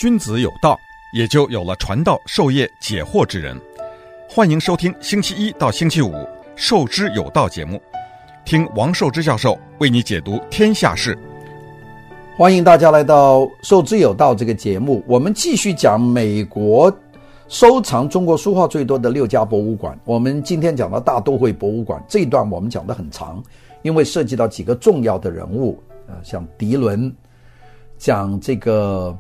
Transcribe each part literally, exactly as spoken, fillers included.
君子有道，也就有了传道授业解惑之人。欢迎收听星期一到星期五授之有道节目，听王寿之教授为你解读天下事。 欢迎大家来到授之有道这个节目，我们继续讲美国收藏中国书画最多的六家博物馆。我们今天讲到大都会博物馆，这一段我们讲得很长，因为涉及到几个重要的人物，呃，像迪伦，讲这个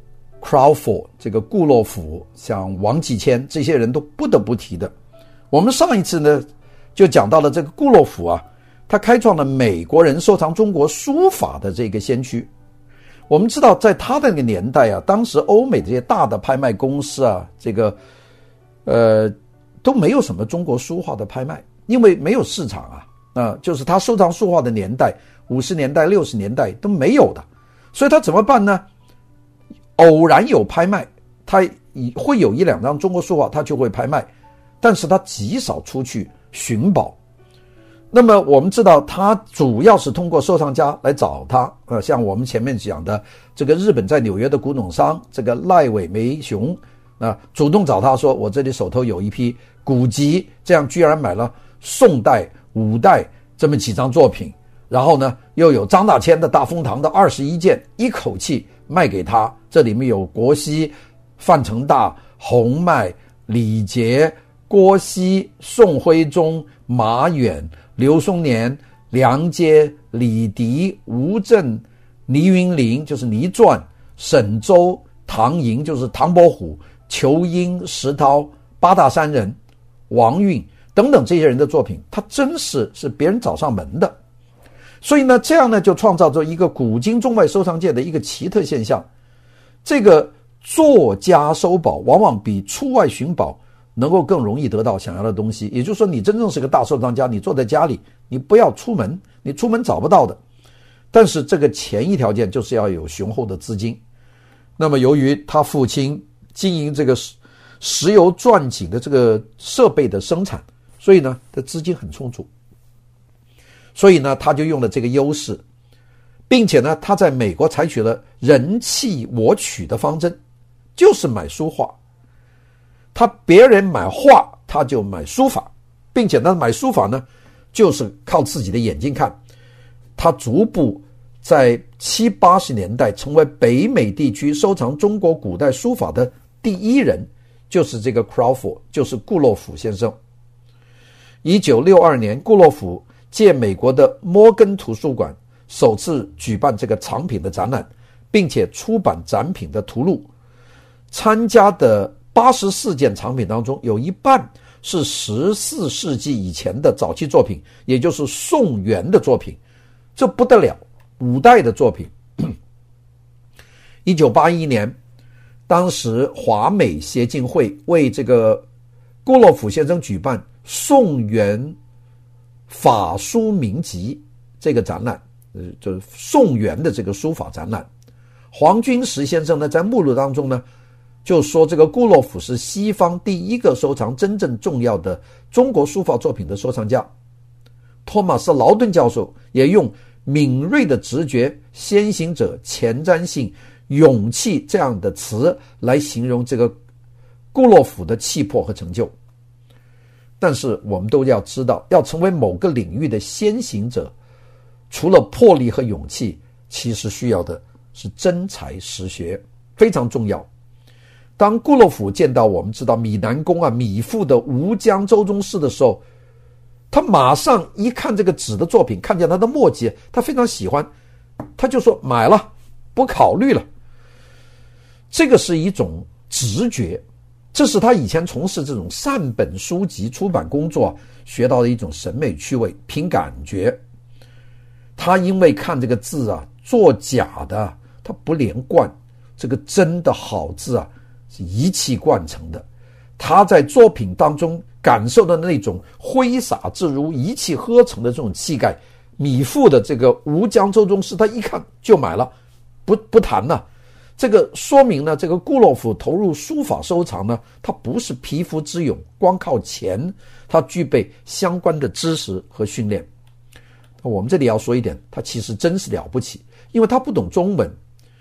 Crawford 这个顾洛甫，像王继谦，这些人都不得不提的。我们上一次呢就讲到了这个顾洛甫啊，他开创了美国人收藏中国书法的这个先驱。我们知道在他的那个年代啊，当时欧美这些大的拍卖公司啊，这个呃都没有什么中国书画的拍卖，因为没有市场啊，呃、就是他收藏书画的年代，五十年代六十年代都没有的，所以他怎么办呢？偶然有拍卖，他会有一两张中国书画他就会拍卖，但是他极少出去寻宝。那么我们知道他主要是通过收藏家来找他，呃，像我们前面讲的这个日本在纽约的古董商这个赖尾梅雄啊、呃，主动找他说我这里手头有一批古籍，这样居然买了宋代五代这么几张作品，然后呢又有张大千的大风堂的二十一件一口气卖给他，这里面有国熙、范成大、洪迈、李杰、郭熙、宋徽宗、马远、刘松年、梁阶、李迪、吴镇、倪云林就是倪传、沈周、唐寅就是唐伯虎、裘英、石涛、八大山人、王运等等这些人的作品，他真是是别人找上门的。所以呢，这样呢就创造出一个古今中外收藏界的一个奇特现象，这个作家收宝往往比出外寻宝能够更容易得到想要的东西。也就是说，你真正是个大收藏家，你坐在家里，你不要出门，你出门找不到的。但是这个前一条件就是要有雄厚的资金。那么由于他父亲经营这个石油钻井的这个设备的生产，所以呢他资金很充足，所以呢他就用了这个优势，并且呢他在美国采取了人弃我取的方针，就是买书画。他别人买画他就买书法，并且呢买书法呢就是靠自己的眼睛看。他逐步在七八十年代成为北美地区收藏中国古代书法的第一人，就是这个 Crawford， 就是顾洛甫先生。一九六二年，顾洛甫借美国的摩根图书馆首次举办这个藏品的展览，并且出版展品的图录。参加的八十四件藏品当中，有一半是十四世纪以前的早期作品，也就是宋元的作品，这不得了，五代的作品。一九八一年，当时华美协进会为这个顾洛甫先生举办宋元法书名集这个展览，呃，就是宋元的这个书法展览。黄君实先生呢，在目录当中呢，就说这个顾洛甫是西方第一个收藏真正重要的中国书法作品的收藏家。托马斯·劳顿教授也用敏锐的直觉、先行者、前瞻性、勇气这样的词来形容这个顾洛甫的气魄和成就。但是我们都要知道，要成为某个领域的先行者，除了魄力和勇气，其实需要的是真才实学，非常重要。当顾洛甫见到我们知道米南宫啊米芾的吴江周中诗的时候，他马上一看这个纸的作品，看见他的墨迹，他非常喜欢，他就说买了，不考虑了。这个是一种直觉，这是他以前从事这种善本书籍出版工作学到的一种审美趣味，凭感觉。他因为看这个字啊，作假的他不连贯，这个真的好字啊是一气贯成的。他在作品当中感受的那种挥洒自如、一气呵成的这种气概，米芾的这个吴江周中诗他一看就买了，不不谈了。这个说明呢，这个顾洛甫投入书法收藏呢，他不是匹夫之勇，光靠钱，他具备相关的知识和训练。我们这里要说一点，他其实真是了不起，因为他不懂中文，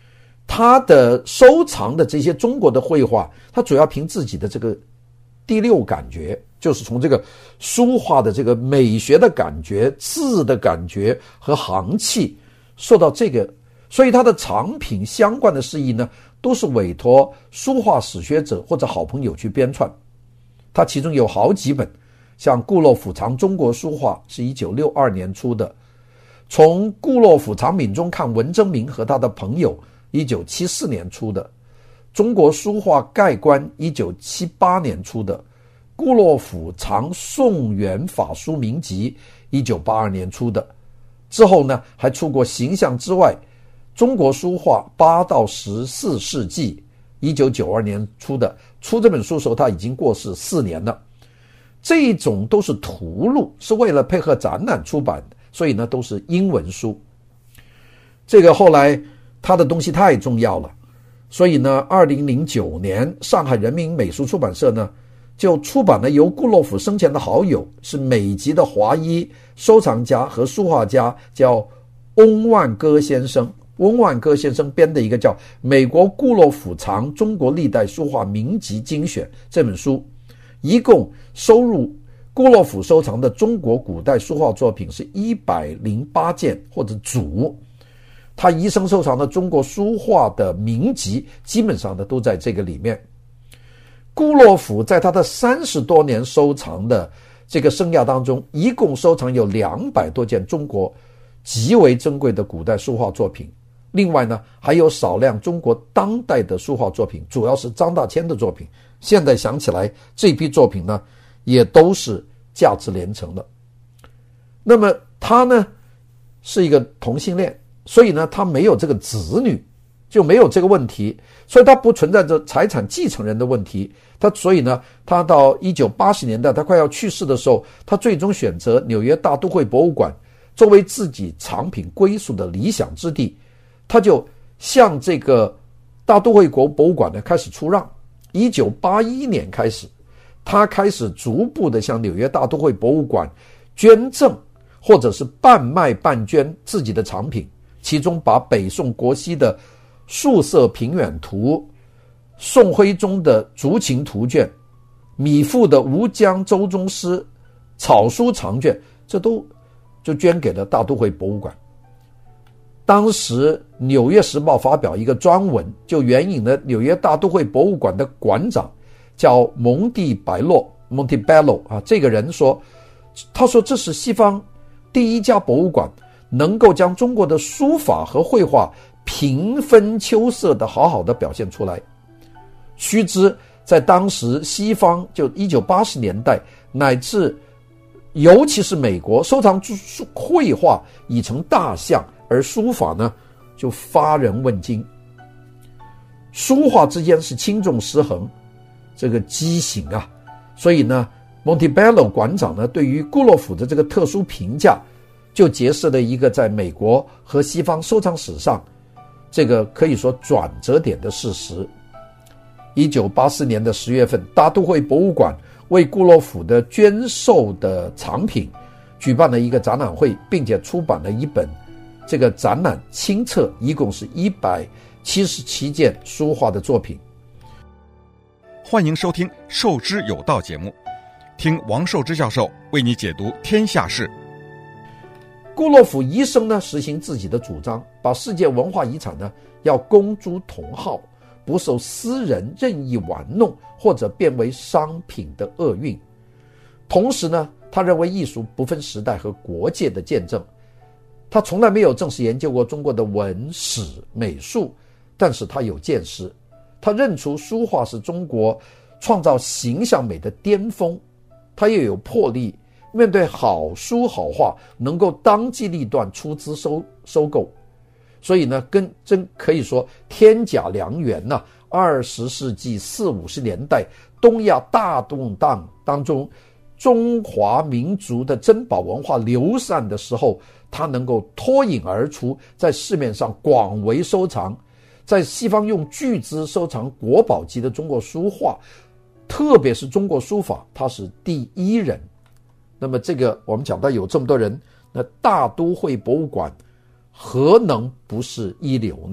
他的收藏的这些中国的绘画，他主要凭自己的这个第六感觉，就是从这个书画的这个美学的感觉、字的感觉和行气受到这个，所以他的藏品相关的事宜呢，都是委托书画史学者或者好朋友去编撰。他其中有好几本，像顾洛甫藏中国书画是一九六二年出的，从顾洛甫藏品中看文征明和他的朋友一九七四年出的，中国书画概观一九七八年出的，顾洛甫藏宋元法书名集一九八二年出的，之后呢还出过形象之外中国书画八到十四世纪一九九二年出的，出这本书的时候他已经过世四年了。这种都是图录，是为了配合展览出版的，所以呢都是英文书。这个后来他的东西太重要了，所以呢二零零九年上海人民美术出版社呢就出版了由顾洛甫生前的好友，是美籍的华裔收藏家和书画家，叫翁万歌先生。翁万歌先生编的一个叫《美国顾洛甫藏中国历代书画名集精选》这本书，一共收入顾洛甫收藏的中国古代书画作品是一百零八件或者组。他一生收藏的中国书画的名集基本上的都在这个里面。顾洛甫在他的三十多年收藏的这个生涯当中，一共收藏有两百多件中国极为珍贵的古代书画作品。另外呢，还有少量中国当代的书画作品，主要是张大千的作品。现在想起来，这批作品呢，也都是价值连城的。那么他呢，是一个同性恋，所以呢，他没有这个子女，就没有这个问题，所以他不存在着财产继承人的问题。他所以呢，他到一九八十年代，他快要去世的时候，他最终选择纽约大都会博物馆作为自己藏品归属的理想之地。他就向这个大都会国博物馆呢开始出让。一九八一年开始，他开始逐步的向纽约大都会博物馆捐赠或者是半卖半捐自己的藏品，其中把北宋国熙的素色平远图、宋徽宗的竹琴图卷、米芾的吴江周中诗草书长卷，这都就捐给了大都会博物馆。当时纽约时报发表一个专文，就援引了纽约大都会博物馆的馆长叫蒙蒂白洛 Montebello 啊，这个人说，他说这是西方第一家博物馆能够将中国的书法和绘画平分秋色的好好的表现出来。须知在当时西方就一九八十年代乃至尤其是美国，收藏绘画已成大项，而书法呢就发人问津。书画之间是轻重失衡，这个畸形啊，所以呢 Montebello 馆长呢对于顾洛甫的这个特殊评价，就揭示了一个在美国和西方收藏史上这个可以说转折点的事实。一九八四年的十月份，大都会博物馆为顾洛甫的捐售的藏品举办了一个展览会，并且出版了一本这个展览清册，一共是一百七十七件书画的作品。 欢迎收听《授之有道》节目，听王寿之教授为你解读天下事。 顾洛甫一生呢实行自己的主张，把世界文化遗产呢要公诸同好，不受私人任意玩弄或者变为商品的厄运。同时呢，他认为艺术不分时代和国界的见证。他从来没有正式研究过中国的文史美术，但是他有见识，他认出书画是中国创造形象美的巅峰，他也有魄力，面对好书好画能够当机立断出资收收购。所以呢，跟真可以说天甲良缘呐、啊。二十世纪四五十年代东亚大动荡当中，中华民族的珍宝文化流散的时候，它能够脱颖而出，在市面上广为收藏，在西方用巨资收藏国宝级的中国书画，特别是中国书法，他是第一人。那么这个我们讲到有这么多人，那大都会博物馆何能不是一流呢？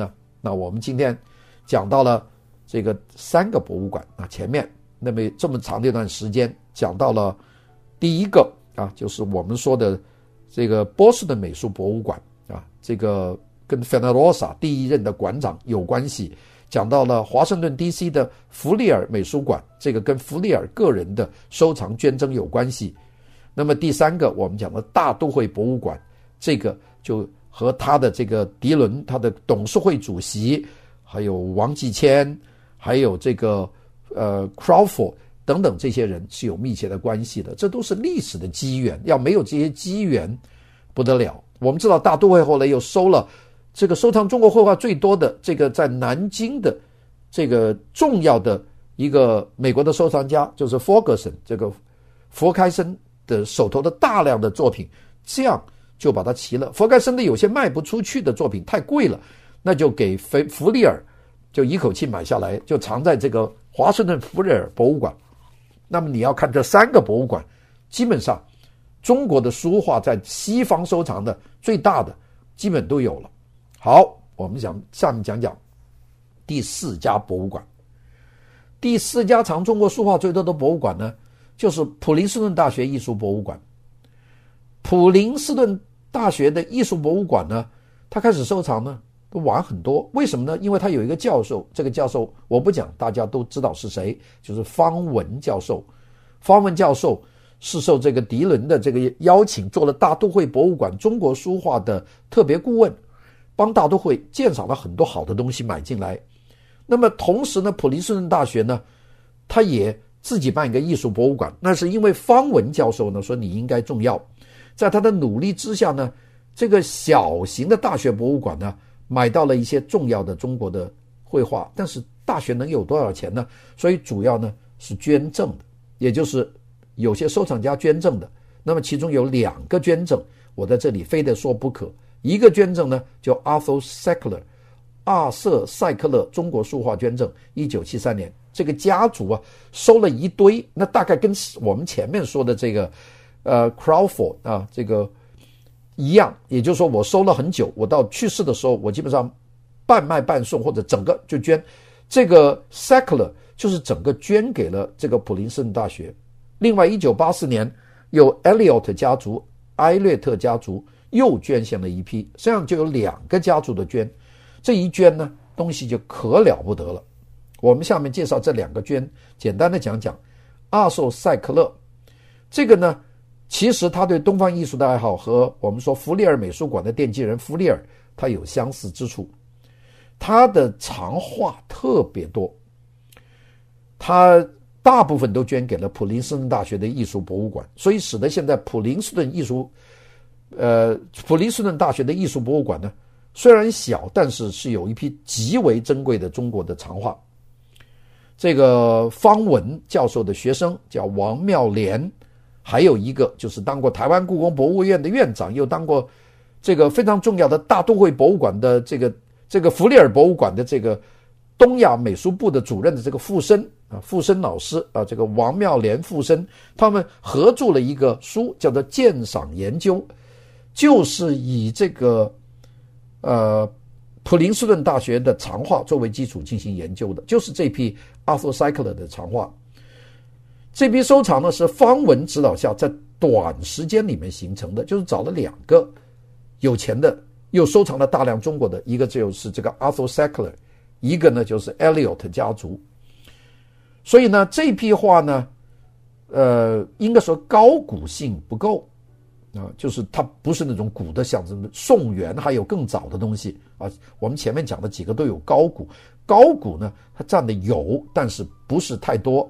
那我们今天讲到了这个三个博物馆啊，前面那么这么长的一段时间讲到了第一个啊，就是我们说的这个波士顿美术博物馆啊，这个跟 Fennerosa 第一任的馆长有关系。讲到了华盛顿 D C 的弗利尔美术馆，这个跟弗利尔个人的收藏捐赠有关系。那么第三个我们讲的大都会博物馆，这个就和他的这个迪伦，他的董事会主席，还有王继谦，还有这个呃 Crawford 等等这些人是有密切的关系的，这都是历史的机缘，要没有这些机缘不得了。我们知道大都会后来又收了这个收藏中国绘画最多的这个在南京的这个重要的一个美国的收藏家，就是 Ferguson 这个佛开森的手头的大量的作品，这样就把它齐了。佛开森的有些卖不出去的作品太贵了，那就给弗利尔就一口气买下来，就藏在这个华盛顿弗利尔博物馆。那么你要看这三个博物馆，基本上中国的书画在西方收藏的最大的基本都有了。好，我们讲下面讲讲第四家博物馆。第四家藏中国书画最多的博物馆呢，就是普林斯顿大学艺术博物馆。普林斯顿大学的艺术博物馆呢，它开始收藏呢都晚很多。为什么呢？因为它有一个教授，这个教授我不讲，大家都知道是谁，就是方文教授。方文教授是受这个迪伦的这个邀请，做了大都会博物馆中国书画的特别顾问，帮大都会鉴赏了很多好的东西买进来。那么同时呢，普林斯顿大学呢，他也自己办一个艺术博物馆，那是因为方文教授呢说你应该重要，在他的努力之下呢，这个小型的大学博物馆呢买到了一些重要的中国的绘画，但是大学能有多少钱呢？所以主要呢是捐赠的，也就是有些收藏家捐赠的。那么其中有两个捐赠，我在这里非得说不可。一个捐赠呢叫 Arthur Sackler， 阿瑟塞克勒中国书画捐赠，一九七三年，这个家族啊收了一堆，那大概跟我们前面说的这个呃 Crawford 啊这个一样，也就是说我收了很久，我到去世的时候我基本上半卖半送或者整个就捐。这个 Sackler 就是整个捐给了这个普林斯顿大学。另外一九八四年有 Elliot 家族，埃略特家族又捐献了一批，这样就有两个家族的捐。这一捐呢东西就可了不得了。我们下面介绍这两个捐，简单的讲讲。阿瑟塞克勒这个呢，其实他对东方艺术的爱好和我们说弗利尔美术馆的奠基人弗利尔他有相似之处。他的藏画特别多，他大部分都捐给了普林斯顿大学的艺术博物馆，所以使得现在普林斯顿艺术呃，普林斯顿大学的艺术博物馆呢，虽然小，但是是有一批极为珍贵的中国的藏画。这个方文教授的学生叫王妙莲，还有一个就是当过台湾故宫博物院的院长，又当过这个非常重要的大都会博物馆的这个这个弗利尔博物馆的这个东亚美术部的主任的这个傅生啊，傅生老师啊，这个王妙莲、傅生他们合著了一个书，叫做《鉴赏研究》，就是以这个呃普林斯顿大学的藏画作为基础进行研究的，就是这批 Arthur Sackler 的藏画。这批收藏呢是方文指导下在短时间里面形成的，就是找了两个有钱的，又收藏了大量中国的，一个就是这个 Arthur Sackler， 一个呢就是 Elliot 家族。所以呢这批画呢呃，应该说高古性不够啊，就是它不是那种古的，像什么宋元还有更早的东西啊。我们前面讲的几个都有高古，高古呢它占的有，但是不是太多。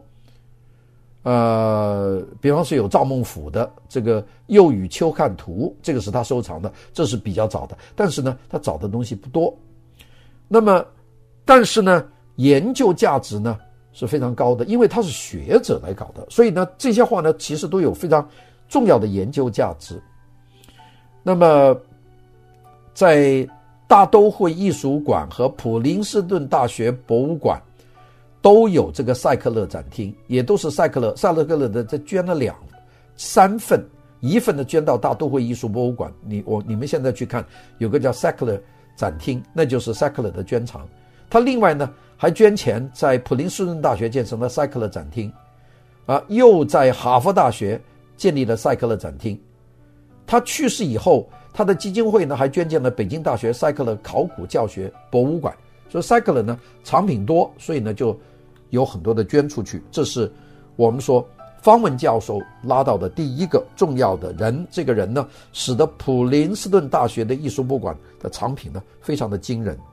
呃，比方说有赵孟俯的这个《又与秋看图》，这个是他收藏的，这是比较早的，但是呢他找的东西不多。那么但是呢研究价值呢是非常高的，因为他是学者来搞的，所以呢这些画呢其实都有非常重要的研究价值。那么在大都会艺术馆和普林斯顿大学博物馆都有这个塞克勒展厅，也都是塞克勒塞克勒的这捐了两三份，一份的捐到大都会艺术博物馆。你我你们现在去看，有个叫塞克勒展厅，那就是 Sackler 的捐藏。他另外呢还捐钱在普林斯顿大学建成了 Sackler 展厅，啊，又在哈佛大学建立了塞克勒展厅。他去世以后，他的基金会呢还捐建了北京大学塞克勒考古教学博物馆。所以塞克勒呢藏品多，所以呢就有很多的捐出去。这是我们说方文教授拉到的第一个重要的人。这个人呢使得普林斯顿大学的艺术博物馆的藏品呢非常的惊人。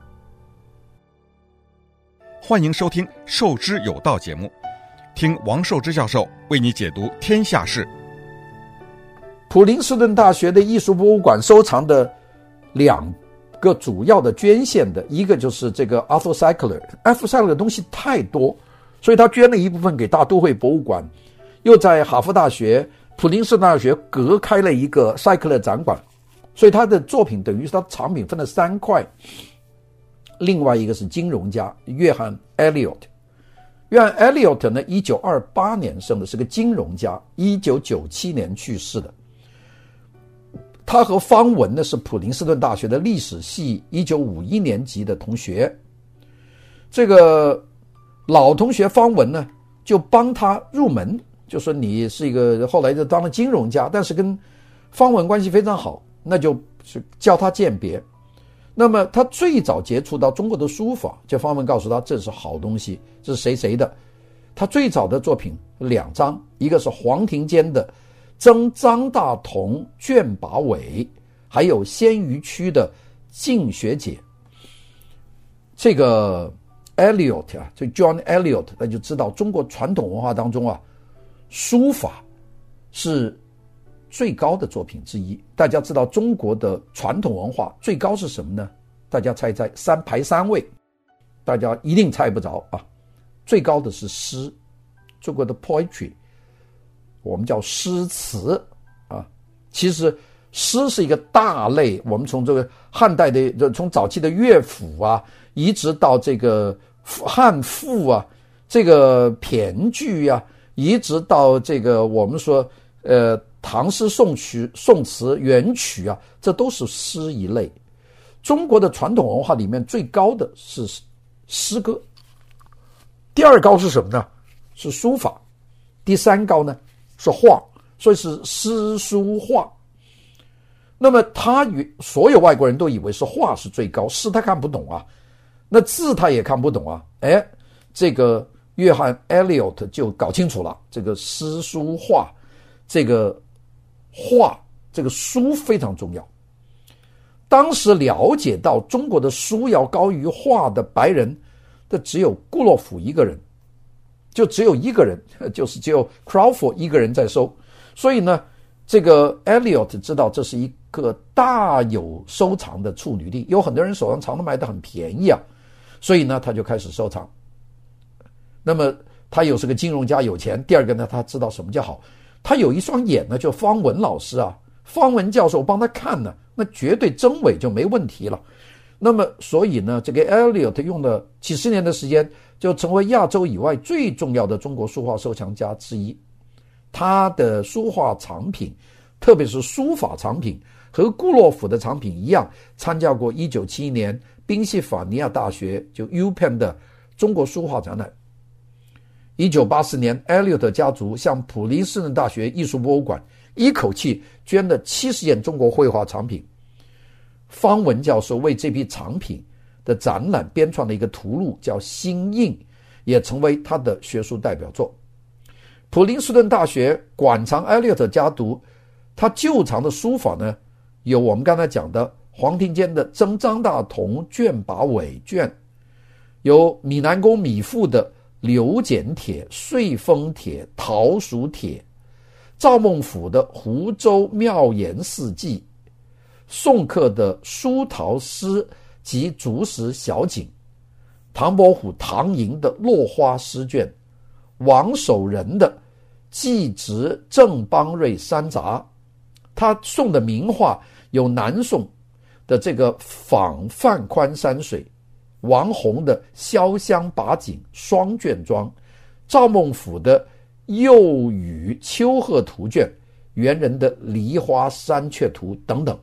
欢迎收听授之有道节目，听王寿之教授为你解读天下事。 普林斯顿大学的艺术博物馆收藏的两个主要的捐献的，一个就是这个 Arthur Sackler。Arthur Sackler 的东西太多，所以他捐了一部分给大都会博物馆，又在哈佛大学、普林斯顿大学隔开了一个 Sackler 展馆，所以他的作品等于是他藏品分了三块。另外一个是金融家约翰 Elliot。 约翰 Elliot 呢一九二八年生的，是个金融家，一九九七年去世的。他和方文呢是普林斯顿大学的历史系一九五一年级的同学。这个老同学方文呢就帮他入门，就说你是一个后来就当了金融家，但是跟方文关系非常好，那就是教他鉴别。那么他最早接触到中国的书法，就方文告诉他这是好东西，这是谁谁的。他最早的作品两张，一个是黄庭坚的征张大同卷把尾，还有鲜鱼区的净学解。这个 Elliot 啊，这 John Elliot 他就知道中国传统文化当中啊，书法是最高的作品之一。大家知道中国的传统文化最高是什么呢？大家猜猜，三排三位，大家一定猜不着啊。最高的是诗，中国的 poetry， 我们叫诗词啊。其实诗是一个大类，我们从这个汉代的，从早期的乐府啊，一直到这个汉赋啊，这个骈句啊，一直到这个我们说呃唐诗宋曲、宋词、元曲啊，这都是诗一类。中国的传统文化里面最高的是诗歌，第二高是什么呢？是书法，第三高呢是画，所以是诗书画。那么他与所有外国人都以为是画是最高，诗他看不懂啊，那字他也看不懂啊。哎，这个约翰 Elliot 就搞清楚了，这个诗书画，这个画这个书非常重要。当时了解到中国的书要高于画的白人的只有顾洛甫一个人，就只有一个人，就是只有 Crawford 一个人在收。所以呢，这个 Elliot 知道这是一个大有收藏的处女地，有很多人手上藏的买的很便宜啊，所以呢他就开始收藏。那么他又是个金融家，有钱。第二个呢，他知道什么叫好，他有一双眼呢，就方文老师啊，方文教授帮他看呢，那绝对真伪就没问题了。那么所以呢，这个 Elliot 用了几十年的时间，就成为亚洲以外最重要的中国书画收藏家之一。他的书画藏品，特别是书法藏品，和顾洛甫的藏品一样，参加过一九七一年宾夕法尼亚大学就 U Penn 的中国书画展览。一九八四年 Elliot 家族向普林斯顿大学艺术博物馆一口气捐了七十件中国绘画藏品。方文教授为这批藏品的展览编创了一个图录，叫新印，也成为他的学术代表作。普林斯顿大学馆藏 Elliot 家族，他旧藏的书法呢，有我们刚才讲的黄庭坚的征张大同卷把尾卷，有米南宫米芾的刘简帖、岁丰帖、陶蜀帖，赵孟頫的湖州妙言四记，宋刻的书陶诗及竹石小景，唐伯虎唐寅的落花诗卷，王守仁的祭侄郑邦瑞三杂。他宋的名画有南宋的这个仿范宽山水，王洪的潇湘把景双卷装，赵孟頫的幼羽秋鹤图卷，元人的梨花山雀图等等。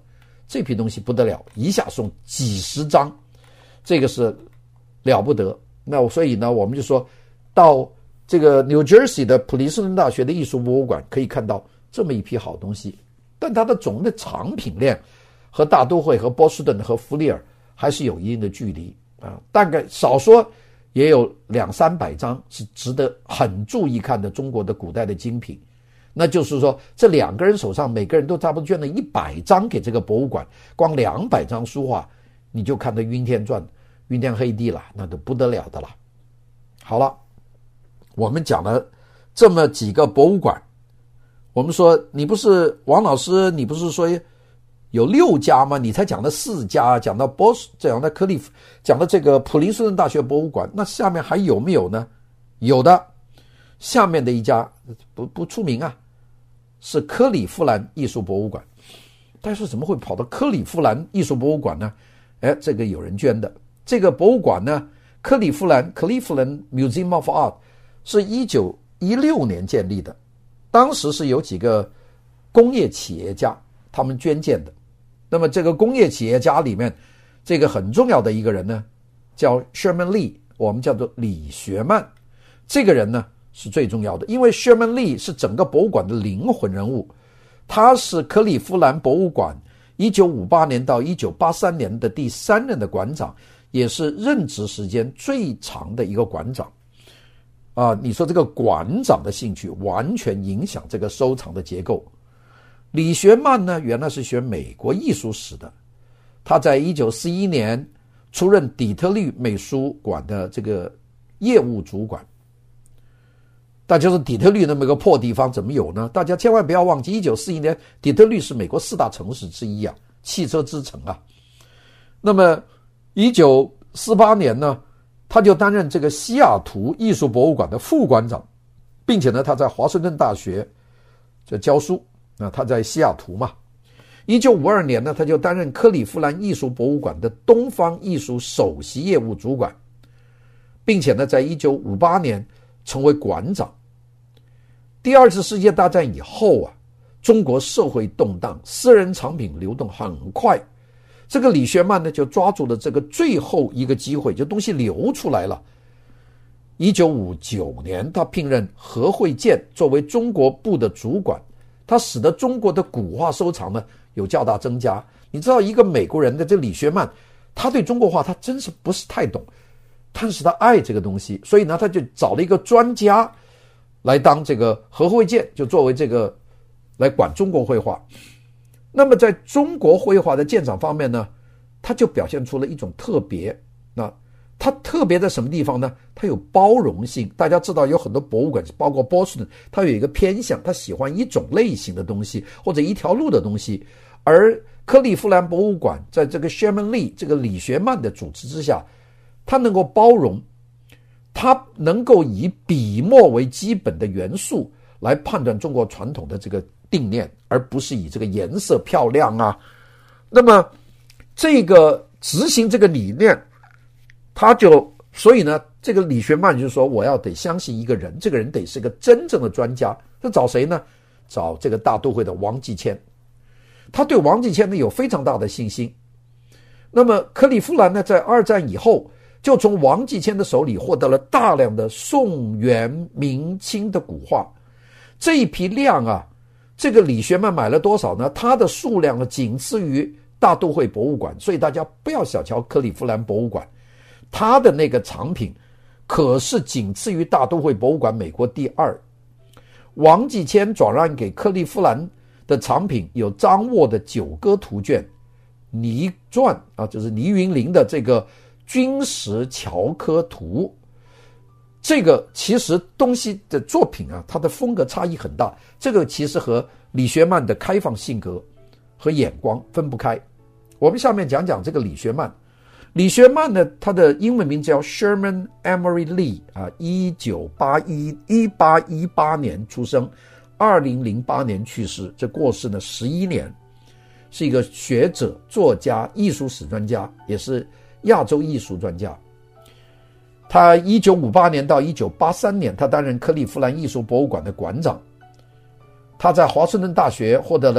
这批东西不得了，一下送几十张，这个是了不得。那所以呢，我们就说到这个 New Jersey 的普林斯顿大学的艺术博物馆可以看到这么一批好东西，但它的总的产品链和大都会和波士顿和弗利尔还是有一定的距离啊，大概少说也有两三百张是值得很注意看的中国的古代的精品。那就是说这两个人手上每个人都差不多捐了一百张给这个博物馆，光两百张书画你就看得晕天转晕天黑地了，那都不得了的了。好了，我们讲了这么几个博物馆，我们说你不是王老师，你不是说有六家吗？你才讲了四家，讲到波士，讲到克利夫，讲到这个普林斯顿大学博物馆，那下面还有没有呢？有的，下面的一家不不出名啊，是克利夫兰艺术博物馆。但是怎么会跑到克利夫兰艺术博物馆呢？哎，这个有人捐的。这个博物馆呢，克利夫兰 Cleveland Museum of Art 是一九一六年建立的，当时是有几个工业企业家他们捐建的。那么这个工业企业家里面，这个很重要的一个人呢，叫 Sherman Lee， 我们叫做李学曼。这个人呢是最重要的，因为 Sherman Lee 是整个博物馆的灵魂人物，他是克利夫兰博物馆一九五八年到一九八三年的第三任的馆长，也是任职时间最长的一个馆长啊。你说这个馆长的兴趣完全影响这个收藏的结构。李学曼呢，原来是学美国艺术史的，他在一九四一年出任底特律美术馆的这个业务主管。大家说底特律那么个破地方怎么有呢？大家千万不要忘记，一九四一年底特律是美国四大城市之一啊，汽车之城啊。那么一九四八年呢，他就担任这个西雅图艺术博物馆的副馆长，并且呢他在华盛顿大学就教书，那他在西雅图嘛。一九五二年呢，他就担任克利夫兰艺术博物馆的东方艺术首席业务主管，并且呢在一九五八年成为馆长。第二次世界大战以后啊，中国社会动荡，私人藏品流动很快，这个李学曼呢就抓住了这个最后一个机会，就东西流出来了。一九五九年他聘任何惠健作为中国部的主管，他使得中国的古画收藏呢有较大增加。你知道一个美国人的这李学曼，他对中国画他真是不是太懂，但是他爱这个东西，所以呢他就找了一个专家来当这个何惠健，就作为这个来管中国绘画。那么在中国绘画的鉴赏方面呢，他就表现出了一种特别。那他特别在什么地方呢？他有包容性。大家知道有很多博物馆，包括波士顿，他有一个偏向，他喜欢一种类型的东西或者一条路的东西。而克利夫兰博物馆在这个 Sherman Lee 这个李学曼的主持之下，他能够包容，他能够以笔墨为基本的元素来判断中国传统的这个定念，而不是以这个颜色漂亮啊。那么这个执行这个理念，他就所以呢，这个李学曼就说我要得相信一个人，这个人得是个真正的专家。他找谁呢？找这个大都会的王继谦。他对王继谦呢有非常大的信心。那么克利夫兰呢，在二战以后就从王继谦的手里获得了大量的宋元明清的古画。这一批量啊，这个李学曼买了多少呢？他的数量呢仅次于大都会博物馆，所以大家不要小瞧克利夫兰博物馆，他的那个藏品可是仅次于大都会博物馆美国第二。王继谦转让给克利夫兰的藏品有张沃的九歌图卷、倪传啊，就是倪云林的这个军石桥科图。这个其实东西的作品啊，它的风格差异很大，这个其实和李学曼的开放性格和眼光分不开。我们下面讲讲这个李学曼。李学曼呢，他的英文名字叫 Sherman Emery Lee 啊，一九八一一八一八年出生，二零零八年去世，这过世呢十一年，是一个学者、作家、艺术史专家，也是亚洲艺术专家。他一九五八年到一九八三年，他担任克利夫兰艺术博物馆的馆长。他在华盛顿大学获得了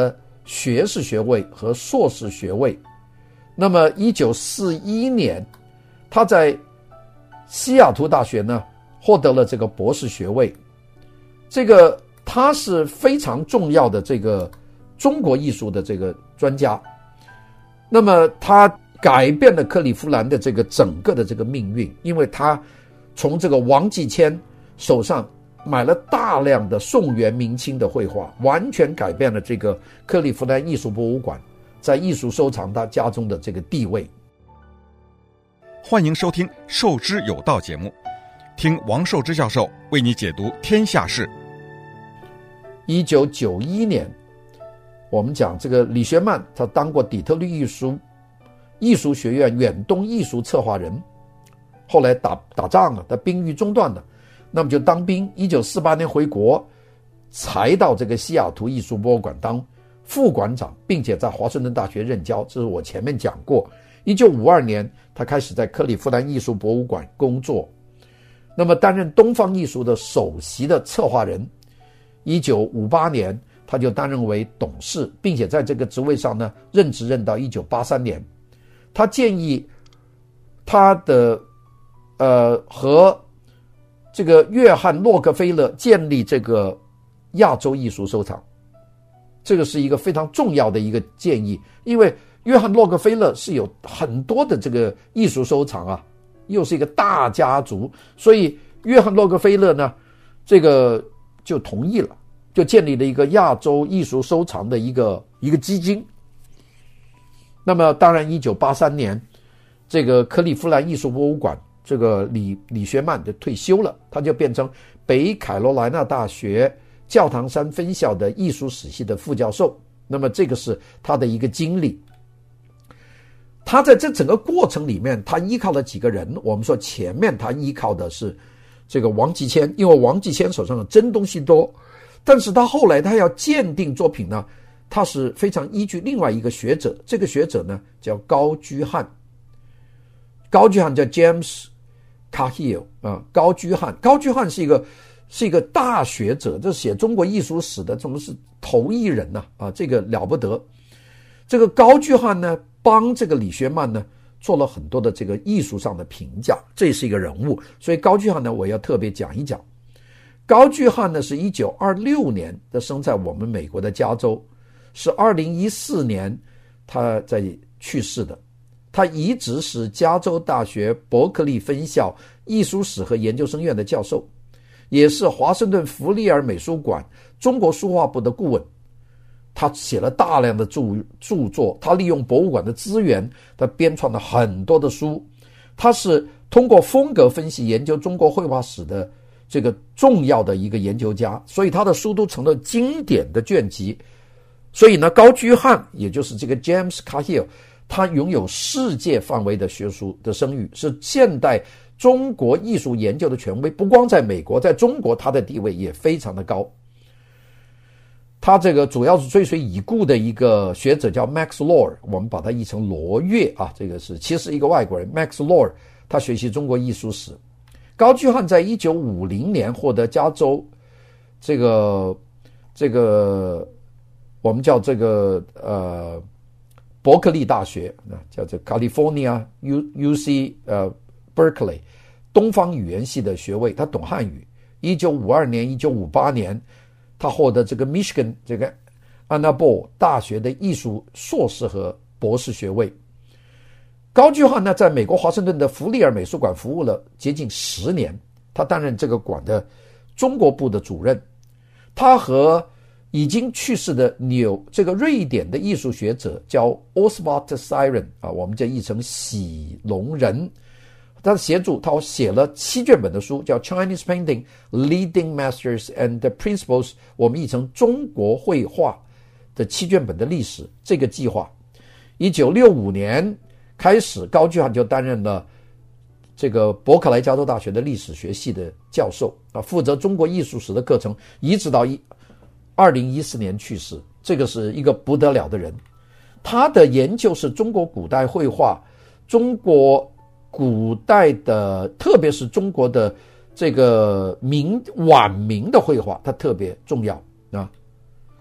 学士学位和硕士学位。那么一九四一年他在西雅图大学呢获得了这个博士学位。这个他是非常重要的这个中国艺术的这个专家。那么他改变了克利夫兰的这个整个的这个命运，因为他从这个王继迁手上买了大量的宋元明清的绘画，完全改变了这个克利夫兰艺术博物馆在艺术收藏他家中的这个地位。 欢迎收听《授之有道》节目，听王寿之教授为你解读天下事。 一九九一年，我们讲这个李学曼，他当过底特律艺术艺术学院远东艺术策划人，后来打打仗了，他兵役中断了，那么就当兵。一九四八年回国，才到这个西雅图艺术博物馆当副馆长，并且在华盛顿大学任教，这是我前面讲过。一九五二年，他开始在克利夫兰艺术博物馆工作，那么担任东方艺术的首席的策划人。一九五八年，他就担任为董事，并且在这个职位上呢任职任到一九八三年。他建议他的呃和这个约翰洛克菲勒建立这个亚洲艺术收藏，这个是一个非常重要的一个建议，因为约翰洛克菲勒是有很多的这个艺术收藏啊，又是一个大家族，所以约翰洛克菲勒呢这个就同意了，就建立了一个亚洲艺术收藏的一个一个基金。那么当然一九八三年这个克利夫兰艺术博物馆这个李李学曼就退休了，他就变成北卡罗来纳大学教堂山分校的艺术史系的副教授。那么这个是他的一个经历。他在这整个过程里面，他依靠了几个人。我们说前面他依靠的是这个王继迁，因为王继迁手上的真东西多，但是他后来他要鉴定作品呢，他是非常依据另外一个学者，这个学者呢叫高居翰，高居翰叫 James Cahill 啊，高居翰，高居翰是一个是一个大学者，这写中国艺术史的，怎么是头一人呢？啊，这个了不得。这个高居翰呢，帮这个李学曼呢做了很多的这个艺术上的评价，这是一个人物，所以高居翰呢，我要特别讲一讲。高居翰呢是一九二六年的生在我们美国的加州，是二零一四年他在去世的。他一直是加州大学伯克利分校艺术史和研究生院的教授，也是华盛顿弗利尔美术馆中国书画部的顾问。他写了大量的著著作，他利用博物馆的资源，他编创了很多的书。他是通过风格分析研究中国绘画史的这个重要的一个研究家，所以他的书都成了经典的卷集。所以呢，高居翰也就是这个 James Cahill， 他拥有世界范围的学术的声誉，是现代中国艺术研究的权威。不光在美国，在中国他的地位也非常的高。他这个主要是追随已故的一个学者叫 Max Lohr， 我们把它译成罗越啊，这个是其实一个外国人 Max Lohr， 他学习中国艺术史。高居翰在一九五零年获得加州这个这个我们叫这个呃伯克利大学，叫做 California U UC 呃 Berkeley 东方语言系的学位，他懂汉语。一九五二年、一九五八年。他获得这个 Michigan 这个 Ann Arbor 大学的艺术硕士和博士学位。高居翰呢，在美国华盛顿的弗利尔美术馆服务了接近十年，他担任这个馆的中国部的主任。他和已经去世的纽这个瑞典的艺术学者叫 Oswald Siren 啊，我们就译成喜龙人。他的协助，他写了七卷本的书，叫 Chinese Painting Leading Masters and Principles， 我们译成中国绘画的七卷本的历史这个计划。一九六五年开始，高居翰就担任了这个伯克莱加州大学的历史学系的教授啊，负责中国艺术史的课程，一直到二零一四年去世。这个是一个不得了的人，他的研究是中国古代绘画，中国古代的特别是中国的这个明晚明的绘画，它特别重要啊。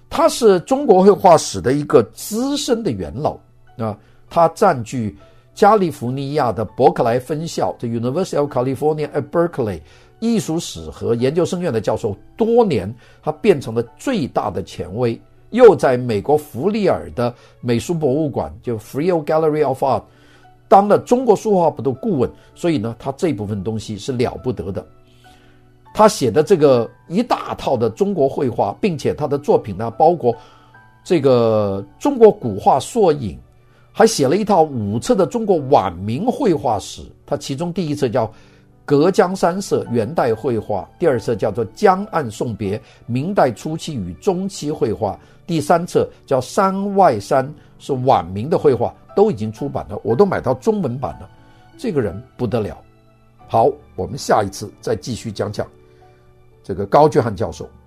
他是中国绘画史的一个资深的元老啊，他占据加利福尼亚的伯克莱分校 The University of California at Berkeley 艺术史和研究生院的教授多年，他变成了最大的权威，又在美国弗里尔的美术博物馆就 Frio Gallery of Art 当了中国书画部的顾问，所以呢他这部分东西是了不得的。他写的这个一大套的中国绘画，并且他的作品呢包括这个中国古画缩影，还写了一套五册的中国晚明绘画史，他其中第一册叫隔江山色元代绘画，第二册叫做江岸送别明代初期与中期绘画，第三册叫山外山是晚明的绘画，都已经出版了，我都买到中文版了。这个人不得了。好，我们下一次再继续讲讲这个高居翰教授。